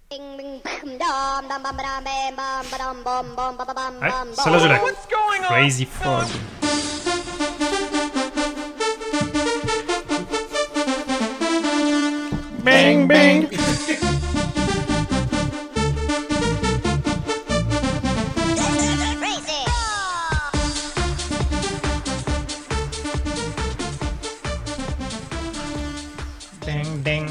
Celle-là, je l'ai. Crazy Frog. Bang, bang. Ding, ding.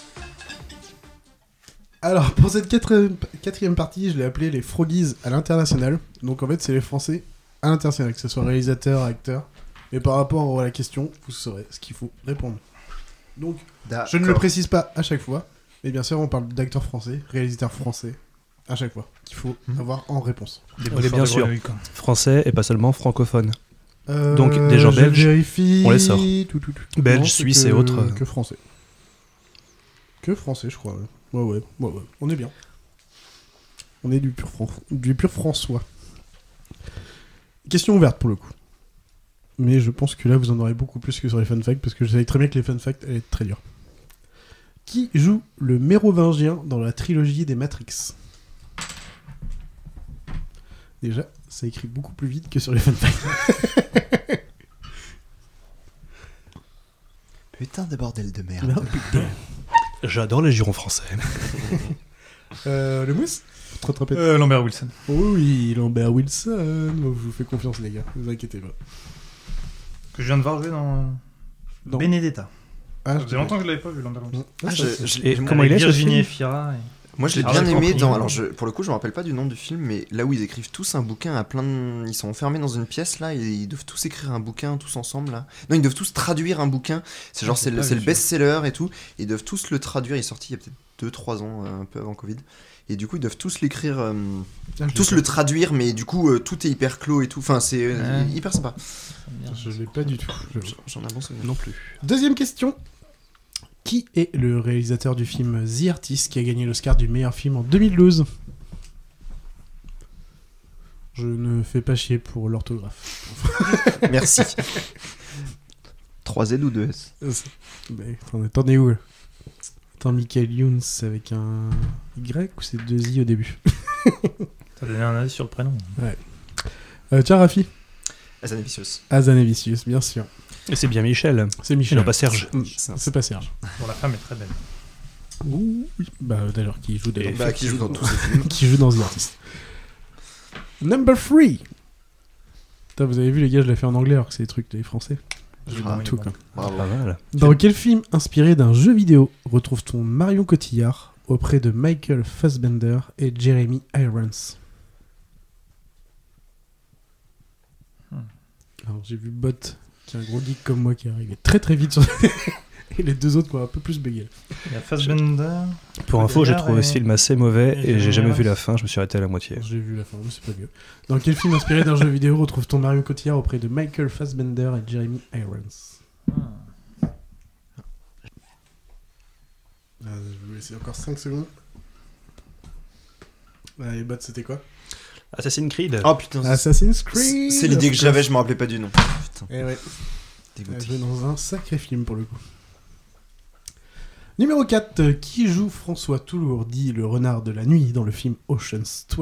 Alors, pour cette quatrième partie, je l'ai appelé les Froggies à l'international. Donc, en fait, c'est les Français à l'international, que ce soit réalisateur, acteur. Et par rapport à la question, vous saurez ce qu'il faut répondre. Donc, je ne le précise pas à chaque fois. Mais bien sûr, on parle d'acteurs français, réalisateurs français, à chaque fois, qu'il faut avoir en réponse. Bien sûr, français et pas seulement francophone. Donc, des gens belges, vérifie... on les sort. Belges, Non, suisses et autres. Que français. Que français, je crois. Ouais. On est bien. On est du pur François. Question ouverte pour le coup. Mais je pense que là, vous en aurez beaucoup plus que sur les fun facts, parce que je savais très bien que les fun facts allaient être très durs. Qui joue le mérovingien dans la trilogie des Matrix ? Déjà, ça écrit beaucoup plus vite que sur les fun facts. Putain de bordel de merde. Non, putain. J'adore les jurons français. Le mousse ? Trop trompé. Lambert Wilson. Oh oui, Lambert Wilson. Oh, je vous fais confiance, les gars. Ne vous inquiétez pas. Que je viens de voir jouer dans Benedetta. Ah, Ça faisait longtemps que je l'avais pas vu, Lambert Wilson. Et comment il est, ce Virginie film ? Efira. Moi, je l'ai Ah, bien j'ai aimé compris. dans. Alors, pour le coup, je me rappelle pas du nom du film, mais là où ils écrivent tous un bouquin à plein de. Ils sont enfermés dans une pièce là, et ils doivent tous écrire un bouquin tous ensemble là. Non, ils doivent tous traduire un bouquin. C'est genre, c'est le best-seller et tout. Ils doivent tous le traduire. Il est sorti il y a peut-être 2-3 ans, un peu avant Covid. Et du coup, ils doivent tous l'écrire, tous le traduire, mais du coup, tout est hyper clos et tout. Enfin, c'est hyper sympa. Je l'ai pas du tout. J'en ai un bon souvenir. Non plus. Deuxième question. Qui est le réalisateur du film The Artist qui a gagné l'Oscar du meilleur film en 2012 ? Je ne fais pas chier pour l'orthographe. Merci. 3Z ou 2S ? Mais t'en es où là ? Attends, Michael Youn, c'est avec un Y ou c'est 2 I au début ? T'as donné un avis sur le prénom. Ouais. Tiens, Rafi. Azanavicius. Azanavicius, bien sûr. Et c'est bien Michel. C'est Michel. Et non pas Serge. C'est pas Serge. Bon, la femme est très belle. Ouh, oui. Bah d'ailleurs, qui joue d'ailleurs. Bah, qui joue dans tous ces films. Qui joue dans The Artist. Number 3. Putain, vous avez vu les gars, je l'ai fait en anglais alors que c'est des trucs des français. Tout quoi. Bravo. Pas mal. Dans quel film inspiré d'un jeu vidéo retrouve-t-on Marion Cotillard auprès de Michael Fassbender et Jeremy Irons ? Alors j'ai vu Bot, qui est un gros geek comme moi, qui est arrivé très très vite sur... et les deux autres qui ont un peu plus bégayé. Il y a Fassbender. Pour info, j'ai trouvé et- ce film assez mauvais et j'ai jamais Ouais. vu la fin, je me suis arrêté à la moitié. J'ai vu la fin, mais c'est pas mieux. Dans quel film inspiré d'un jeu vidéo retrouve-t-on Marion Cotillard auprès de Michael Fassbender et Jeremy Irons ? Je vais vous laisser encore 5 secondes. Allez, Bot, c'était quoi ? Assassin's Creed. Oh putain, Assassin's Creed. c'est l'idée que j'avais, je me rappelais pas du nom. Putain, Eh ouais. dégoûté. Joué dans un sacré film pour le coup. Numéro 4. Qui joue François Toulour, dit le renard de la nuit dans le film Ocean's 12 ?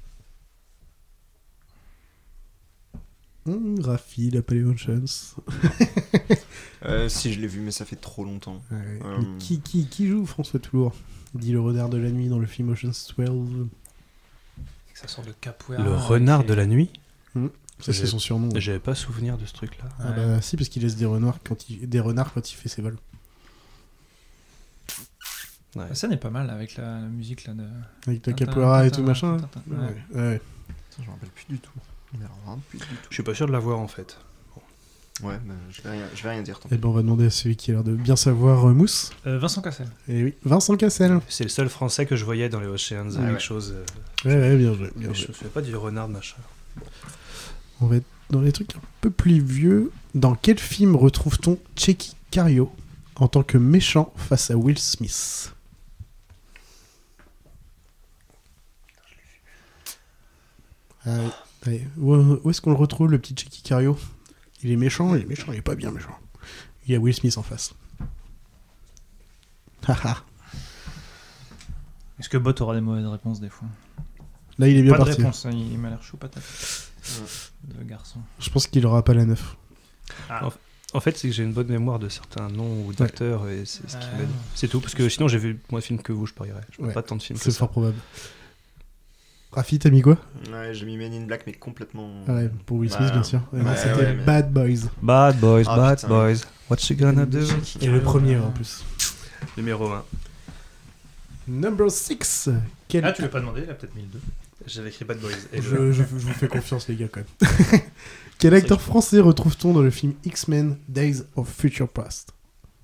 Rafi, il a pas les Oceans. Si, je l'ai vu, mais ça fait trop longtemps. Ouais. Mais qui joue François Toulour, dit le renard de la nuit dans le film Ocean's 12 ? Ça sort de Capoeira. Le renard de la nuit. Ça, c'est son surnom. J'avais pas souvenir de ce truc-là. Ah bah si, parce qu'il laisse des renards quand il fait ses vols. Ouais. Ça n'est pas mal avec la musique là de. Avec la capoeira et tout Tintin, machin. tintin, tintin. Ouais. Ouais. Putain, je me rappelle plus du tout. Mais alors, vraiment plus du tout. Je suis pas sûr de l'avoir en fait. Ouais, bah, je vais rien dire. Tant Et ben on va demander à celui qui a l'air de bien savoir Mousse. Vincent Cassel. Et oui, Vincent Cassel. C'est le seul français que je voyais dans les Oceans. Ah quelque ouais. chose. Ouais, bien joué. Je me souviens pas du renard machin. On va être dans les trucs un peu plus vieux. Dans quel film retrouve-t-on Checky Cario en tant que méchant face à Will Smith ? Où est-ce qu'on le retrouve, le petit Checky Cario ? Il est méchant, il est pas bien méchant. Il y a Will Smith en face. Haha. Est-ce que Bot aura des mauvaises réponses des fois? Là, il est bien Pas de parti. réponse, hein, il m'a l'air chaud patate. Le garçon. Je pense qu'il aura pas la 9. Ah. En fait, c'est que j'ai une bonne mémoire de certains noms ou d'acteurs et c'est ce qui Ah. m'aide. C'est tout, parce que sinon j'ai vu moins de films que vous, je parierais. Je vois Ouais. pas tant de films que C'est ça. fort probable. Rafi, t'as mis quoi? Ouais, j'ai mis Men in Black, mais complètement. Ouais, pour Will Smith, Ouais. bien sûr. Et moi, Ouais, c'était ouais, mais- Bad Boys. Bad Boys, Ah, Bad putain. Boys. What you gonna do? Et le premier, en plus. Numéro 1. Number 6. Quel... Ah, tu l'as pas demandé, il a peut-être mis le 2. J'avais écrit Bad Boys. Et Je vous fais confiance, les gars, quand même. Quel acteur français retrouve-t-on dans le film X-Men Days of Future Past?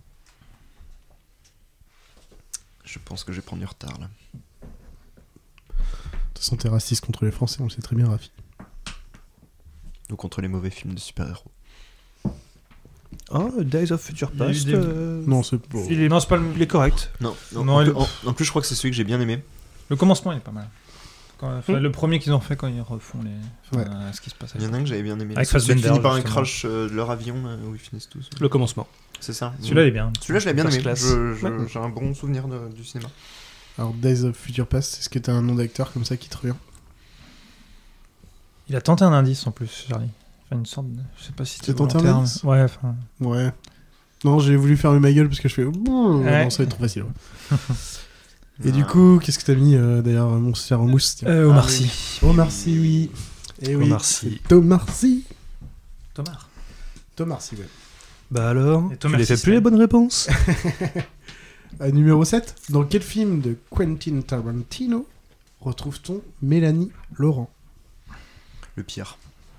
Je pense que je vais prendre du retard là. De toute façon, t'es raciste contre les Français, on le sait très bien, Rafi. Ou contre les mauvais films de super-héros. Oh, Days of Future Il y a eu Past. des- Non, c'est beau. Non, c'est pas le... Il est correct. Non, Non, en, il- en plus, je crois que c'est celui que j'ai bien aimé. Le commencement, il est pas mal. Le premier qu'ils ont fait quand ils refont ce qui se passe. Il y en a un que j'avais bien aimé. Avec C'est celui qui Fassbender, finit par un justement. crash de leur avion où ils finissent tous. Le commencement. C'est ça. Celui-là, il est bien. Celui-là, je l'ai bien First aimé. class. J'ai un bon souvenir du cinéma. Alors, Days of Future Past, est-ce que t'as un nom d'acteur comme ça qui te revient? Il a tenté un indice en plus, Charlie. Enfin, une sorte de... Je sais pas si T'as c'était tenté un volontaire, indice mais- Ouais, enfin... Ouais. Non, j'ai voulu fermer ma gueule parce que je fais... Non, Ouais. ça va être trop facile. Ouais. Et Ah. du coup, qu'est-ce que t'as mis, d'ailleurs, mon cher mousse? Omar Ah, Sy. Omar Sy, oui. Et oui, Omar Sy. c'est Omar Sy. Thomas. Omar Sy, ouais. Bah alors, Et tu Thomas les fais Sy, plus les bonnes réponses? Numéro 7. Dans quel film de Quentin Tarantino retrouve-t-on Mélanie Laurent? Le pire.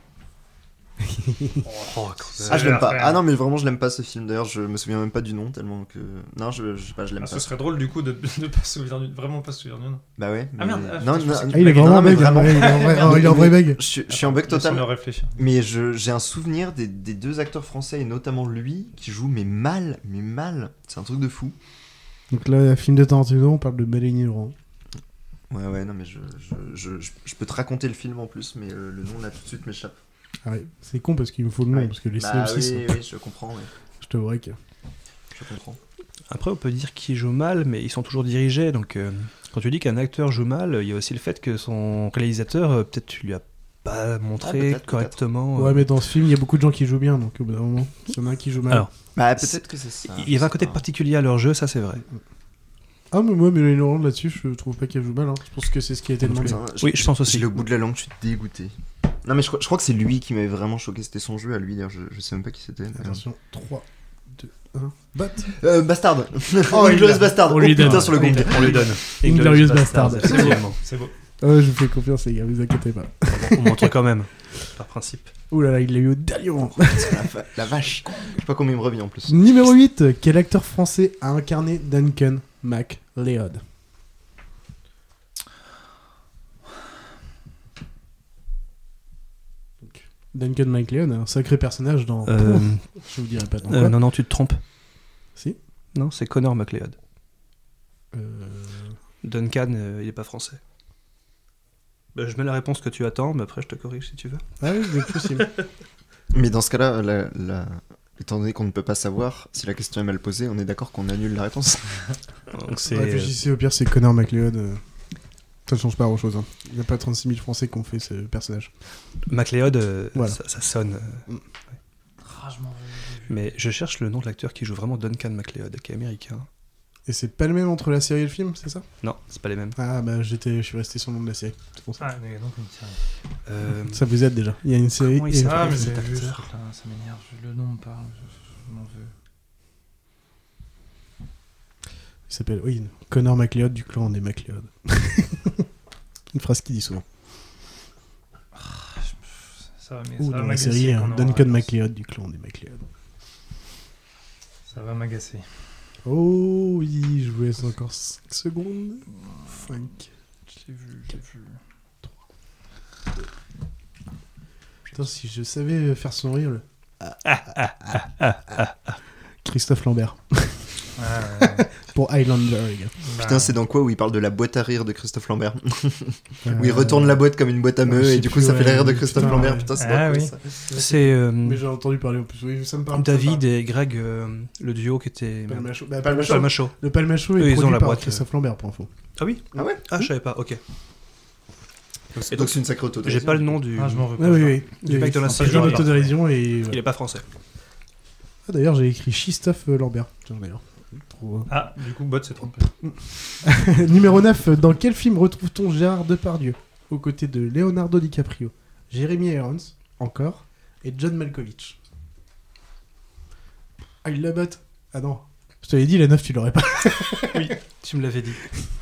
Oh, Ah, je l'aime pas. frère. Ah non, mais vraiment, je l'aime pas ce film. D'ailleurs, je me souviens même pas du nom tellement que. Non, je sais pas, je l'aime Ah, pas. ce serait drôle du coup de pas se souvenir vraiment pas se souvenir du nom. Bah ouais. Ah, merde, non, je pensais non, que- Ah, il est Non, vraiment mais bug. vraiment. Il est en vrai, oh, il est en vrai bug. je suis en bug Laisse-moi total. réfléchir. Mais j'ai un souvenir des deux acteurs français et notamment lui qui joue mais mal. C'est un truc de fou. Donc là, film de Tarantino, on parle de Mélanie Laurent. Ouais, non, mais je peux te raconter le film en plus, mais le nom là tout de suite m'échappe. Ah ouais, c'est con parce qu'il me faut le nom, Ouais. parce que les Bah synopsis, oui, je comprends, ouais. je t'avouerais que... Je comprends. Après, on peut dire qu'ils jouent mal, mais ils sont toujours dirigés. Donc, quand tu dis qu'un acteur joue mal, il y a aussi le fait que son réalisateur, peut-être, tu lui as pas montré peut-être, correctement. Ouais, mais dans ce film, il y a beaucoup de gens qui jouent bien, donc au bout d'un moment, s'il y en a un qui joue mal... Alors, Bah peut-être que c'est ça. il y avait un côté je sais pas. particulier à leur jeu, ça c'est vrai. Ah, mais moi, Mélanie Laurent, là-dessus, je trouve pas qu'elle joue mal. Hein. Je pense que c'est ce qui a été demandé. Putain, Oui, je pense aussi. J'ai le bout de la langue, je suis dégoûté. Non, mais je crois que c'est lui qui m'avait vraiment choqué. C'était son jeu à lui, d'ailleurs. Je sais même pas qui c'était. Attention, 3, 2, 1... Bastard. Oh, il Inglorious l'a. Bastard. On Oh lui putain, donne. sur le gong. On lui donne. Inglorious Bastard. Effectivement. C'est beau. Ouais, je vous fais confiance, les gars, vous inquiétez pas. On montre quand même, par principe. Ouh là là, il l'a eu au dernier moment. La vache. Je sais pas combien il me revient en plus. Numéro 8, quel acteur français a incarné Duncan MacLeod? Duncan MacLeod, un sacré personnage dans... Je vous dirai pas dans quoi. Non, tu te trompes. Si. Non, c'est Connor MacLeod. Euh, Duncan, il est pas français. Bah, je mets la réponse que tu attends, mais après je te corrige si tu veux. Ah oui, c'est possible. Mais dans ce cas-là, étant donné qu'on ne peut pas savoir si la question est mal posée, on est d'accord qu'on annule la réponse. Donc c'est Réfléchissez, au pire, c'est Connor MacLeod. Ça change pas grand-chose. Hein. Il n'y a pas 36 000 Français qui ont fait ce personnage. MacLeod, Voilà. ça sonne. Ah, je m'en veux. Mais je cherche le nom de l'acteur qui joue vraiment Duncan MacLeod, qui est américain. Et c'est pas le même entre la série et le film, c'est ça? Non, c'est pas les mêmes. Ah bah je suis resté sur le nom de la série. C'est pour ça. Ah, mais donc, une série. Ça vous aide déjà. Il y a une série Comment il et... s'appelle Ah, mais cet j'ai vu ce acteur. truc-là, ça m'énerve. Le nom me parle, je m'en veux. Il s'appelle, oui, Connor MacLeod du clan des MacLeod. Une phrase qu'il dit souvent. Ça va, mais Ou ça va dans la m'agacer série, qu'on aura Duncan réponse. MacLeod du clan des MacLeod. Ça va m'agacer. Oh oui, je vous laisse encore 5 secondes. 5. J'ai vu. Putain, si je savais faire son rire, le... Christophe Lambert. Ah, ouais. pour Highlander, les gars. Putain, c'est dans quoi où il parle de la boîte à rire de Christophe Lambert où il retourne la boîte comme une boîte à meux et du coup ça fait le rire de Christophe Lambert. Putain, c'est dans quoi ça? C'est Mais j'ai entendu parler en plus, oui, ça me parle. David et Greg, le duo qui était. Palmacho. Palmacho. Le Palmacho Eux, est ils ont produit la par boîte. Christophe Lambert, pour info. Ah oui. Ah ouais. Ah, je savais pas, ok. Et donc c'est une sacrée auto. J'ai pas le nom du. Ah, je m'en veux pas. Ah oui. Du mec de la C'est série. un autodérision et... Il est pas français. Ah, d'ailleurs, j'ai écrit Christophe Lambert. Tiens, d'ailleurs. Trop... Ah, du coup, Bot s'est trompé. Numéro 9. Dans quel film retrouve-t-on Gérard Depardieu aux côtés de Leonardo DiCaprio, Jeremy Irons, encore, et John Malkovich? Ah, il la batte. Ah non. Je t'avais dit, la 9, tu l'aurais pas. Oui, tu me l'avais dit.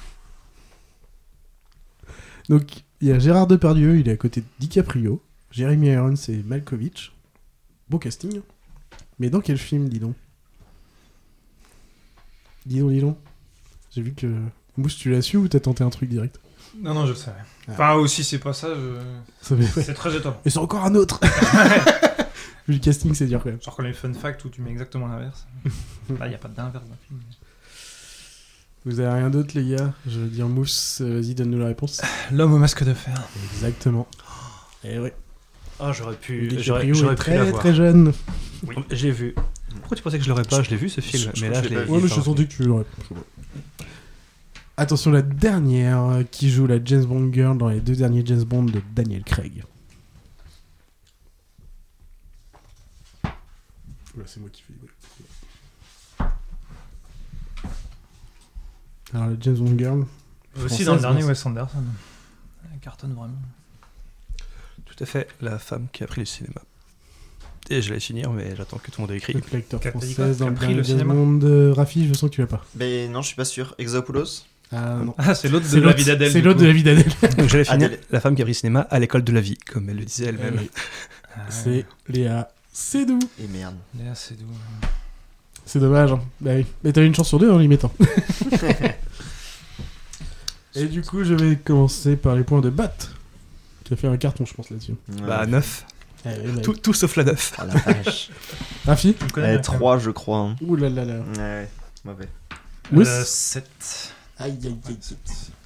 Donc, il y a Gérard Depardieu, il est à côté de DiCaprio, Jeremy Irons et Malkovich. Beau casting. Mais dans quel film, dis donc? Dis donc. J'ai vu que... Mousse, tu l'as su ou t'as tenté un truc direct? Non, je le savais. Ah. Enfin, aussi, c'est pas ça. C'est très étonnant. Et c'est encore un autre. Vu le casting, c'est dur quand même. Genre quand les fun facts où tu mets exactement l'inverse. Là, il n'y a pas d'inverse dans le film. Vous avez rien d'autre, les gars? Je veux dire, Mousse, vas-y, donne-nous la réponse. L'homme au masque de fer. Exactement. Et ouais. Ah, j'aurais pu DiCaprio est très, l'avoir. très jeune. Oui, j'ai vu. Pourquoi tu pensais que je l'aurais pas? Je l'ai vu ce film, mais là je l'ai. Ouais, mais je sentais que tu l'aurais. Attention, la dernière qui joue la James Bond Girl dans les 2 derniers James Bond de Daniel Craig. Oula, c'est moi qui fais. Alors, la James Bond Girl. Aussi dans le dernier Wes Anderson. Elle cartonne vraiment. Tout à fait, la femme qui a pris le cinéma. Et je vais finir, mais j'attends que tout le monde ait écrit. Donc, l'acteur Qu'a dit quoi française dans Qui a le pris dernier le James cinéma Bond. Rafi, je sens que tu l'as pas. Mais non, je suis pas sûr. Exopoulos. Ah non. Ah, c'est l'autre C'est de la l'autre vie d'Adèle. c'est du l'autre coup. de la vie d'Adèle. Donc j'allais finir, Adèle. la femme qui a pris le cinéma à l'école de la vie, comme elle le disait elle-même. Oui. Ah, C'est Léa Seydoux. Et merde. Léa, c'est doux. C'est dommage. Hein. Bah oui. Mais t'avais une chance sur 2 en l'y mettant. Et du coup, je vais commencer par les points de Bat. Qui a fait un carton, je pense, là-dessus. Bah 9. Eh, bah, Tout sauf la 9. Oh la vache. Rafi. Tu me connais bien, 3, je crois. Hein. Ouh là là là. Ouais, mauvais. Mousse. 7. Aïe aïe aïe.